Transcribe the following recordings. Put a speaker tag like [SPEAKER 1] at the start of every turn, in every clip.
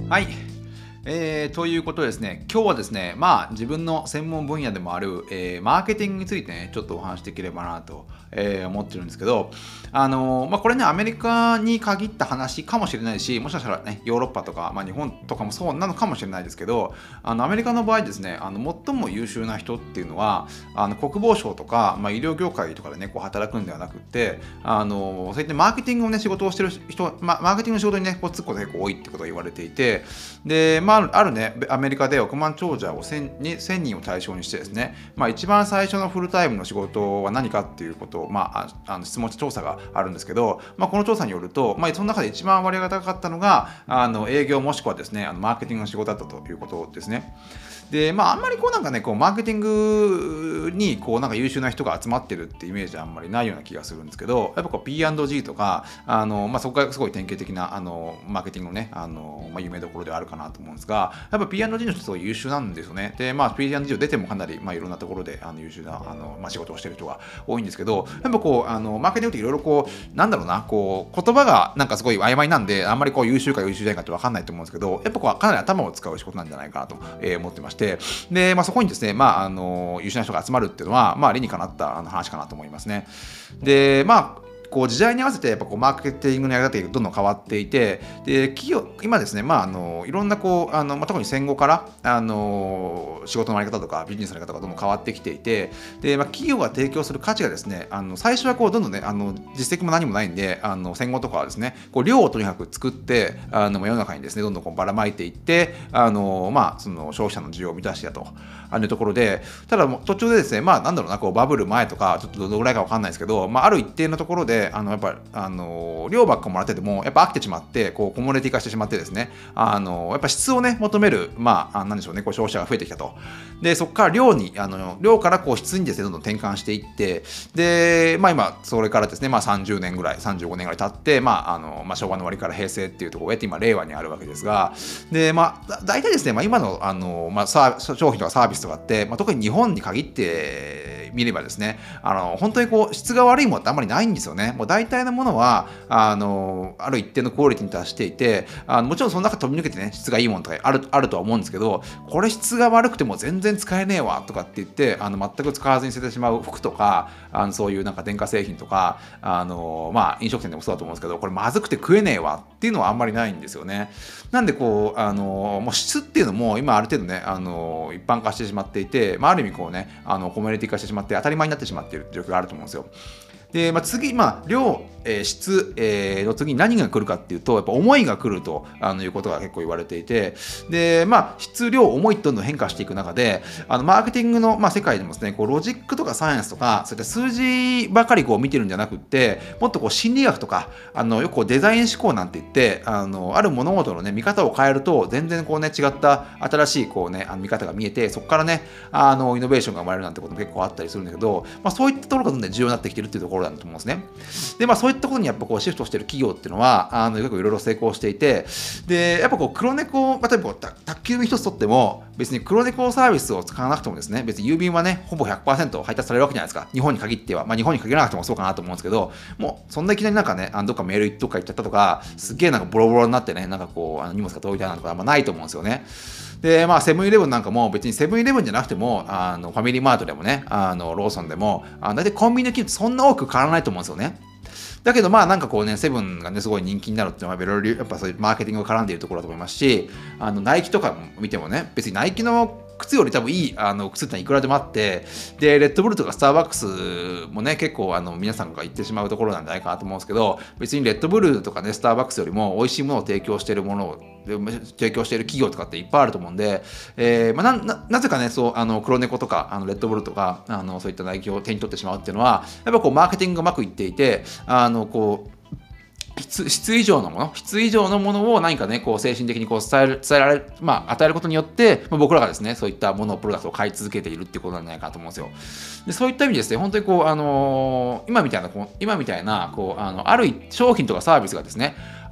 [SPEAKER 1] はい。ということでですね、今日はですね、自分の専門分野でもある、マーケティングについてね、ちょっとお話しできればなと、思ってるんですけど、これね、アメリカに限った話かもしれないし、もしかしたらね、ヨーロッパとか、日本とかもそうなのかもしれないですけど、アメリカの場合ですね、最も優秀な人っていうのは、国防省とか、医療業界とかでね、こう働くんではなくって、そういったマーケティングをね、仕事をしてる人、マーケティングの仕事にね、こうつくことが結構多いってことが言われていて、で、あるね、アメリカで億万長者を1000人を対象にしてですね、一番最初のフルタイムの仕事は何かっていうことを、質問調査があるんですけど、この調査によると、その中で一番割合が高かったのが、営業もしくはですね、マーケティングの仕事だったということですね。で、あんまりこうなんかね、こうマーケティングにこうなんか優秀な人が集まってるってイメージはあんまりないような気がするんですけど、やっぱこう P&G とか、そこがすごい典型的なマーケティングのね、有名どころではあるかなと思うんですが、やっぱ P&G の人すごい優秀なんですよね。で、P&G を出てもかなりいろんなところで優秀な仕事をしてる人が多いんですけど、やっぱこうマーケティングっていろいろこうなんだろうな、こう言葉がなんかすごい曖昧なんで、あんまりこう優秀か優秀じゃないかって分かんないと思うんですけど、やっぱこうかなり頭を使う仕事なんじゃないかなと思ってまして、で、そこにですね、優秀な人が集まるっていうのは、理にかなった話かなと思いますね。で、こう時代に合わせてやっぱこうマーケティングのやり方がどんどん変わっていて、で企業今ですね、いろんなこう特に戦後から、仕事のやり方とかビジネスのやり方がどんどん変わってきていて、で、企業が提供する価値がですね、最初はこうどんどんね実績も何もないんで、戦後とかはですね、こう量をとにかく作って世の中にですねどんどんこうばらまいていって、その消費者の需要を満たしてやというところで、ただもう途中でですね、なんだろうな、こうバブル前とかちょっとどのぐらいかわかんないですけど、ある一定のところでやっぱ量ばっかもらっててもやっぱ飽きてしまって、こうコモディティ化してしまってですね、やっぱ質をね求めるなんでしょうね、こう消費者が増えてきたと。でそこから量からこう質にですねどんどん転換していって、で今それからですね30年ぐらい35年ぐらい経って、昭和の終わりから平成っていうところを得て今令和にあるわけですが、で大体ですね、今の商品とかサービスとかって、特に日本に限って見ればですね、本当にこう質が悪いものってあんまりないんですよね。もう大体のものはある一定のクオリティに達していて、もちろんその中飛び抜けてね質がいいものとかあるとは思うんですけど、これ質が悪くても全然使えねえわとかって言って全く使わずに捨ててしまう服とか、そういうなんか電化製品とか飲食店でもそうだと思うんですけど、これまずくて食えねえわっていうのはあんまりないんですよね。なんでこうもう質っていうのも今ある程度ね一般化してしまっていて、ある意味こうねコミュニティ化してしまって当たり前になってしまっている状況があると思うんですよ。で、次、量、質、の次に何が来るかっていうと、やっぱ思いが来るということが結構言われていて、で、質、量、思いとどんどん変化していく中で、マーケティングの、世界でもですね、こうロジックとかサイエンスとか、そういった数字ばかりこう見てるんじゃなくって、もっとこう心理学とか、よくこうデザイン思考なんて言って、ある物事のね、見方を変えると、全然こうね、違った新しいこうね、見方が見えて、そこからね、イノベーションが生まれるなんてことも結構あったりするんだけど、そういったところがどんどん重要になってきてるっていうところだと思うんですね。で、そういったことにやっぱこうシフトしてる企業っていうのは、結構いろいろ成功していて、で、やっぱこう黒猫、例えば宅急便一つ取っても、別に黒猫サービスを使わなくてもですね、別に郵便はね、ほぼ 100% 配達されるわけじゃないですか。日本に限っては。日本に限らなくてもそうかなと思うんですけど、もうそんないきなりなんかね、どっかメールどっか行っちゃったとか、すっげえなんかボロボロになってね、なんかこう、荷物が届いたなんてことはあんまないと思うんですよね。で、セブンイレブンなんかも別にセブンイレブンじゃなくても、ファミリーマートでもね、ローソンでも、大体コンビニの金ってそんな多く変わらないと思うんですよね。だけどなんかこうね、セブンがね、すごい人気になるっていうのは、いろいろやっぱそういうマーケティングが絡んでいるところだと思いますし、ナイキとか見てもね、別にナイキの靴より多分いい靴っていくらでもあって、でレッドブルとかスターバックスもね結構皆さんが行ってしまうところなんじゃないかなと思うんですけど、別にレッドブルとかねスターバックスよりも美味しいものを提供している企業とかっていっぱいあると思うんで、なぜかねそう黒猫とかレッドブルとかそういったナイキを手に取ってしまうっていうのは、やっぱこうマーケティングがうまくいっていて、こう質以上のものを何かねこう精神的にこう伝えられる、与えることによって、僕らがですねそういったものをプロダクトを買い続けているっていうことなんじゃないかなと思うんですよ。でそういった意味ですね、本当にこう今みたいなこうある商品とかサービスがですね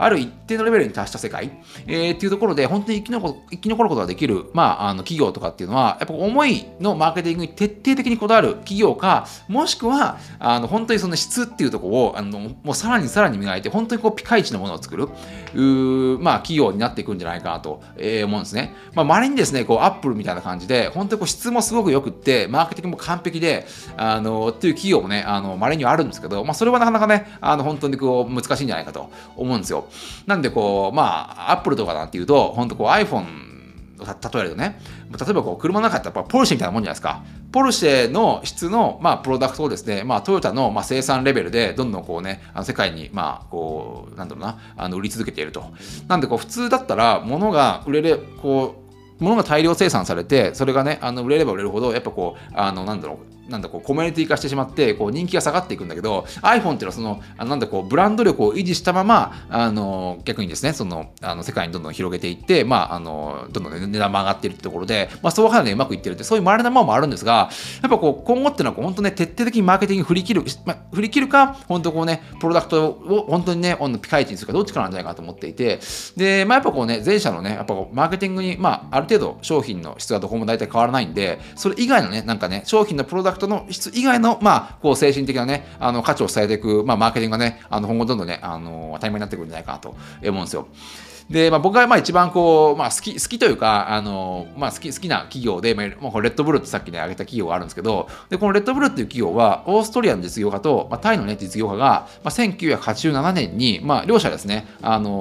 [SPEAKER 1] ある一定のレベルに達した世界、っていうところで本当に生き残ることができる、企業とかっていうのは、やっぱ思いのマーケティングに徹底的にこだわる企業か、もしくは本当にその質っていうところをもうさらに磨いて、本当にピカイチのものを作る企業になっていくんじゃないかなと思うんですね。稀にですね、アップルみたいな感じで、本当に質もすごく良くって、マーケティングも完璧で、っていう企業もね、稀にはあるんですけど、それはなかなかね、本当に難しいんじゃないかと思うんですよ。なんでアップルとかなんていうと、本当iPhone 例えるとね、例えば車の中だったらポルシェみたいなもんじゃないですか。ポルシェの質の、プロダクトをですね、トヨタの、生産レベルでどんどん世界に売り続けていると。なんで普通だったら物が売れる物が大量生産されて、それがね売れれば売れるほどやっぱコミュニティ化してしまって人気が下がっていくんだけど、 iPhone っていうのはブランド力を維持したまま逆にですね世界にどんどん広げていって、どんどん、値段も上がっているってところで、そういううまくいってるって、そういう稀なものもあるんですが、やっぱ今後っていうのは本当ね徹底的にマーケティング振り切るか、本当プロダクトを本当にねピカイチにするか、どっちかなんじゃないかなと思っていて、でやっぱ前者のねやっぱマーケティングにある程度商品の質はどこも大体変わらないんで、それ以外のね商品のプロダクトの質以外の精神的なね価値を伝えていくマーケティングがね今後どんどんね当たり前になってくるんじゃないかなと思うんですよ。で、僕が一番好きというか好きな企業で、レッドブルってさっきね挙げた企業があるんですけど、でこのレッドブルっていう企業はオーストリアの実業家と、タイのね実業家が、1987年に、両者ですね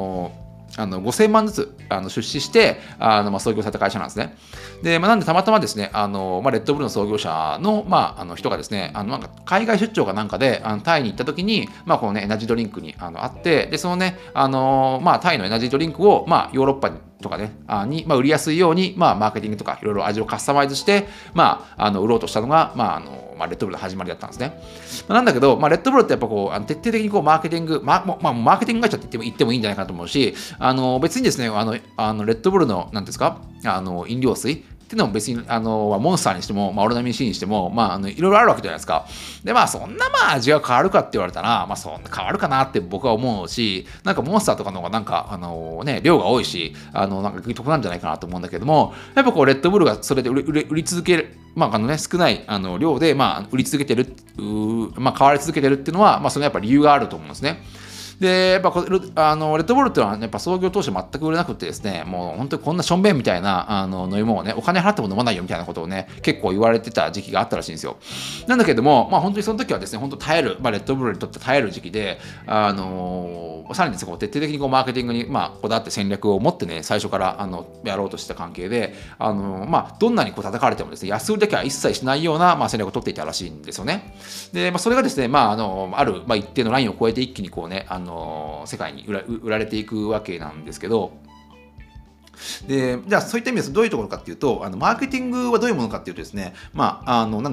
[SPEAKER 1] 5000万ずつ出資して創業された会社なんですね。で、なんでたまたまですねレッドブルの創業者の、人がですね海外出張かなんかでタイに行った時に、このねエナジードリンクに会って、でそのねタイのエナジードリンクをヨーロッパとかねに、売りやすいように、マーケティングとかいろいろ味をカスタマイズして、売ろうとしたのが、レッドブルの始まりだったんですね。なんだけど、レッドブルってやっぱ徹底的にマーケティング、マーケティング会社って言ってもいいんじゃないかと思うし、別にですねレッドブルの何ですか飲料水っていうのも別にモンスターにしても、オロナミン C にしてもいろいろあるわけじゃないですか。でそんな味が変わるかって言われたらそんな変わるかなって僕は思うし、モンスターとかの方が量が多いし得なんじゃないかなと思うんだけども、やっぱレッドブルがそれで売り続ける少ない量で売り続けてる変わり続けてるっていうのはそのやっぱ理由があると思うんですね。でやっぱレッドブルっていうのは、やっぱ創業当初全く売れなくてですね、もう本当にこんなしょんべんみたいな飲み物をねお金払っても飲まないよみたいなことをね結構言われてた時期があったらしいんですよ。なんだけども本当にその時はですね本当耐える、レッドブルにとって耐える時期でさらにですね徹底的にマーケティングにこだわって戦略を持ってね最初からやろうとした関係でどんなに叩かれてもですね安売りだけは一切しないような戦略を取っていたらしいんですよね。でそれがですねある一定のラインを超えて一気に世界に売られていくわけなんですけど、でじゃあそういった意味でどういうところかっていうとマーケティングはどういうものかっていうとですねマ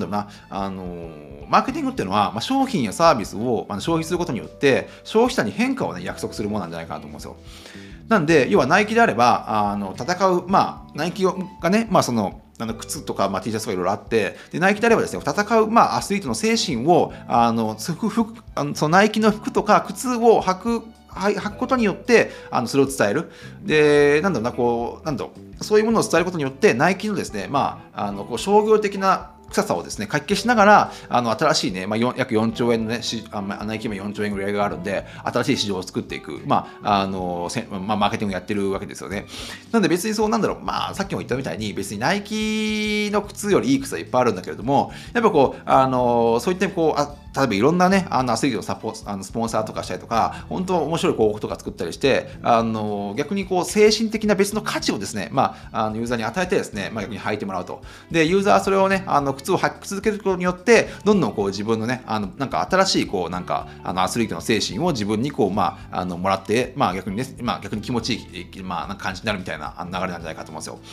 [SPEAKER 1] ーケティングっていうのは、商品やサービスを消費することによって消費者に変化を、ね、約束するものなんじゃないかなと思うんですよ。なんで要はナイキであれば戦う、ナイキがね、靴とか、T シャツとかいろいろあって、でナイキであればですね戦う、アスリートの精神をそのナイキの服とか靴を履くことによってそれを伝える。でそういうものを伝えることによってナイキのですね商業的な臭さをですねかき消しながら新しいね、約4兆円のねナイキも4兆円ぐらいがあるんで新しい市場を作っていくマーケティングをやってるわけですよね。なんで別にさっきも言ったみたいに別にナイキの靴よりいい靴はいっぱいあるんだけれども、やっぱそういった例えばいろんなねアスリートのスポンサーとかしたりとか本当面白い広告とか作ったりして逆に精神的な別の価値をですねユーザーに与えてですね逆に履いてもらうと。でユーザーはそれをね靴を履き続けることによってどんどん自分のね新しいアスリートの精神を自分にもらって逆に気持ちいい感じになるみたいな流れなんじゃないかと思うんですよ。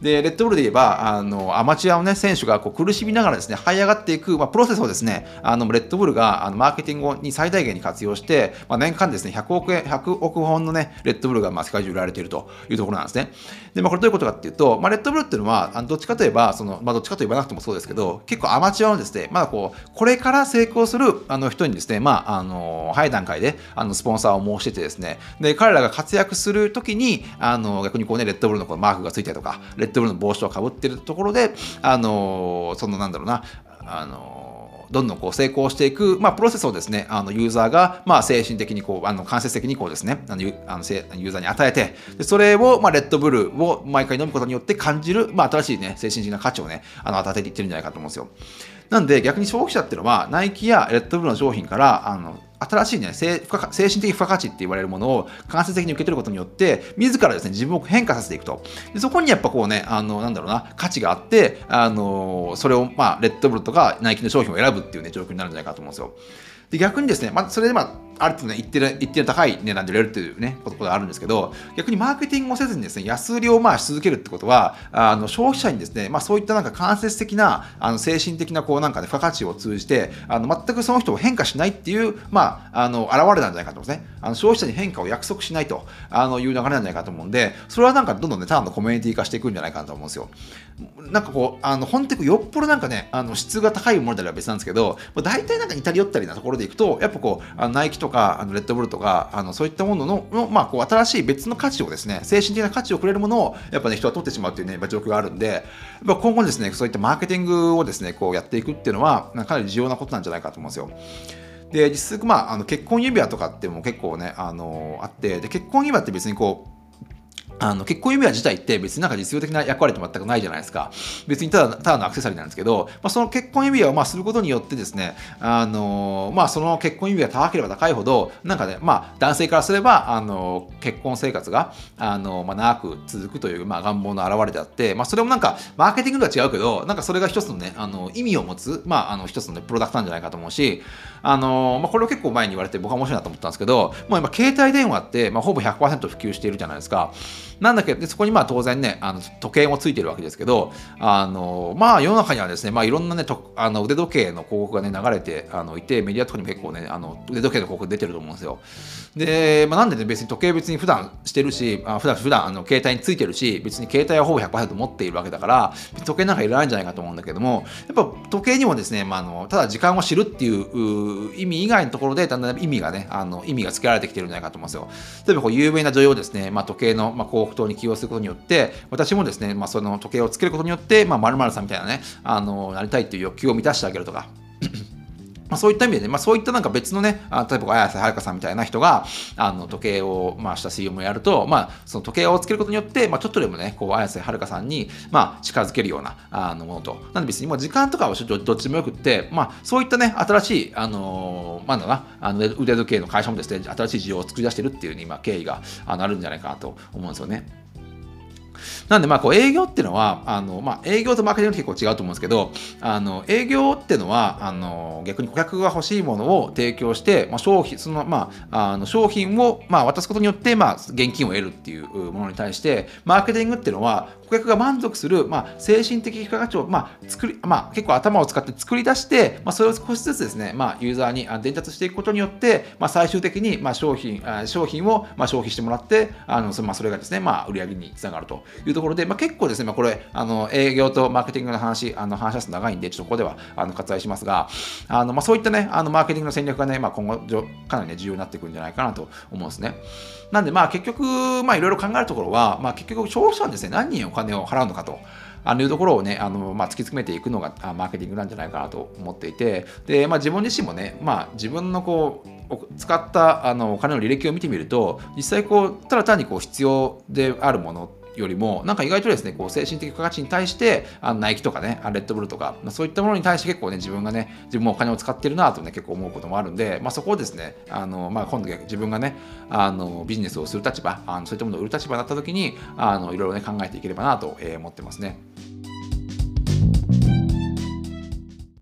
[SPEAKER 1] で、レッドブルで言えば、アマチュアのね、選手がこう苦しみながらですね、這い上がっていく、プロセスをですね、レッドブルがマーケティングに最大限に活用して、年間ですね、100億本のね、レッドブルが世界中売られているというところなんですね。で、これどういうことかっていうと、レッドブルっていうのは、どっちかといえば、どっちかと言わなくてもそうですけど、結構アマチュアのですね、まだこれから成功する人にですね、早い段階でスポンサーを申しててですね、で、彼らが活躍するときに、逆にこうね、レッドブルのこのマークがついたりとか、レッドブルの帽子をかぶってるところで、なんだろうな、どんどんこう成功していく、プロセスをですね、ユーザーが、精神的にこう、間接的にこうですね、ユーザーに与えて、でそれを、レッドブルを毎回飲むことによって感じる、新しいね、精神的な価値をね、与えていってるんじゃないかと思うんですよ。なんで、逆に消費者っていうのは、ナイキやレッドブルの商品から、新しいね、精神的付加価値って言われるものを間接的に受け取ることによって、自らですね、自分を変化させていくと。でそこにやっぱこうね、なんだろうな、価値があって、それを、レッドブルとかナイキの商品を選ぶっていうね、状況になるんじゃないかと思うんですよ。で逆にですね、それである程度ね、一定の高い値段で売れるっていうね、ことがあるんですけど、逆にマーケティングをせずにですね、安売りをし続けるってことは、消費者にですね、そういったなんか間接的な、精神的なこうなんかね、付加価値を通じて、全くその人を変化しないっていう、現れなんじゃないかと思うんですね。消費者に変化を約束しないという流れなんじゃないかと思うんで、それはなんかどんどんね、ただのコミュニティ化していくんじゃないかなと思うんですよ。なんかこう、本当によっぽどなんかね、質が高いものであれば別なんですけど、大体なんか似たり寄ったりなところでいくと、やっぱこう、ナイキとか、レッドブルとか、そういったものの、こう新しい別の価値をですね、精神的な価値をくれるものを、やっぱね、人は取ってしまうというね、状況があるんで、やっぱ今後ですね、そういったマーケティングをですね、こうやっていくっていうのは、かなり重要なことなんじゃないかと思うんですよ。で、実際、結婚指輪とかっても結構ね、あって、で、結婚指輪って別にこう、結婚指輪自体って別になんか実用的な役割って全くないじゃないですか。別にただのアクセサリーなんですけど、その結婚指輪をすることによってですね、その結婚指輪が高ければ高いほど、なんかね、男性からすれば、結婚生活が、長く続くという、願望の表れであって、それもなんか、マーケティングとは違うけど、なんかそれが一つのね、意味を持つ、一つのね、プロダクトなんじゃないかと思うし、これを結構前に言われて僕は面白いなと思ったんですけど、もう今携帯電話って、ほぼ 100% 普及しているじゃないですか。なんだけど、そこに当然ね、時計もついてるわけですけど、世の中にはですね、いろんなね、腕時計の広告がね、流れていて、メディアとかにも結構ね、腕時計の広告出てると思うんですよ。で、なんでね、別に時計別に普段してるし、普段携帯についてるし、別に携帯はほぼ 100% 持っているわけだから、時計なんかいらないんじゃないかと思うんだけども、やっぱ時計にもですね、ただ時間を知るっていう意味以外のところで、だんだん意味が付けられてきてるんじゃないかと思うんですよ。例えばこう有名な女優ですね、時計の広告塔に起用することによって、私もですね、その時計をつけることによって、〇〇さんみたいなね、なりたいっていう欲求を満たしてあげるとか。そういった意味でね、そういったなんか別のね、例えば綾瀬はるかさんみたいな人が時計をした CM をやると、その時計をつけることによって、ちょっとでもね、こう綾瀬はるかさんに近づけるようなものと、なんで別にもう時間とかはどっちでもよくって、そういったね、新しい腕時計の会社もですね、新しい需要を作り出してるっていう今経緯があるんじゃないかなと思うんですよね。なんでこう営業っていうのは営業とマーケティングって結構違うと思うんですけど、営業っていうのは逆に顧客が欲しいものを提供して、商品を渡すことによって現金を得るっていうものに対して、マーケティングっていうのは顧客が満足する精神的付加価値を結構頭を使って作り出して、それを少しずつですねユーザーに伝達していくことによって、最終的に商品を消費してもらって、それがですね売り上げにつながるというところで、結構ですね、これ営業とマーケティングの話は長いんで、ちょっとここでは割愛しますが、そういったねマーケティングの戦略がね、今後かなりね重要になってくるんじゃないかなと思うんですね。なんで結局いろいろ考えるところは、結局消費者はですね何にお金を払うのかというところをね突き詰めていくのがマーケティングなんじゃないかなと思っていて、で自分自身もね自分のこう使ったお金の履歴を見てみると、実際ただ単に必要であるものよりも意外とですね精神的付加価値に対してナイキとかねレッドブルとかそういったものに対して結構ね自分もお金を使ってるなとね結構思うこともあるんで、そこをですね今度自分がねビジネスをする立場そういったものを売る立場になった時にいろいろね考えていければなと思ってますね。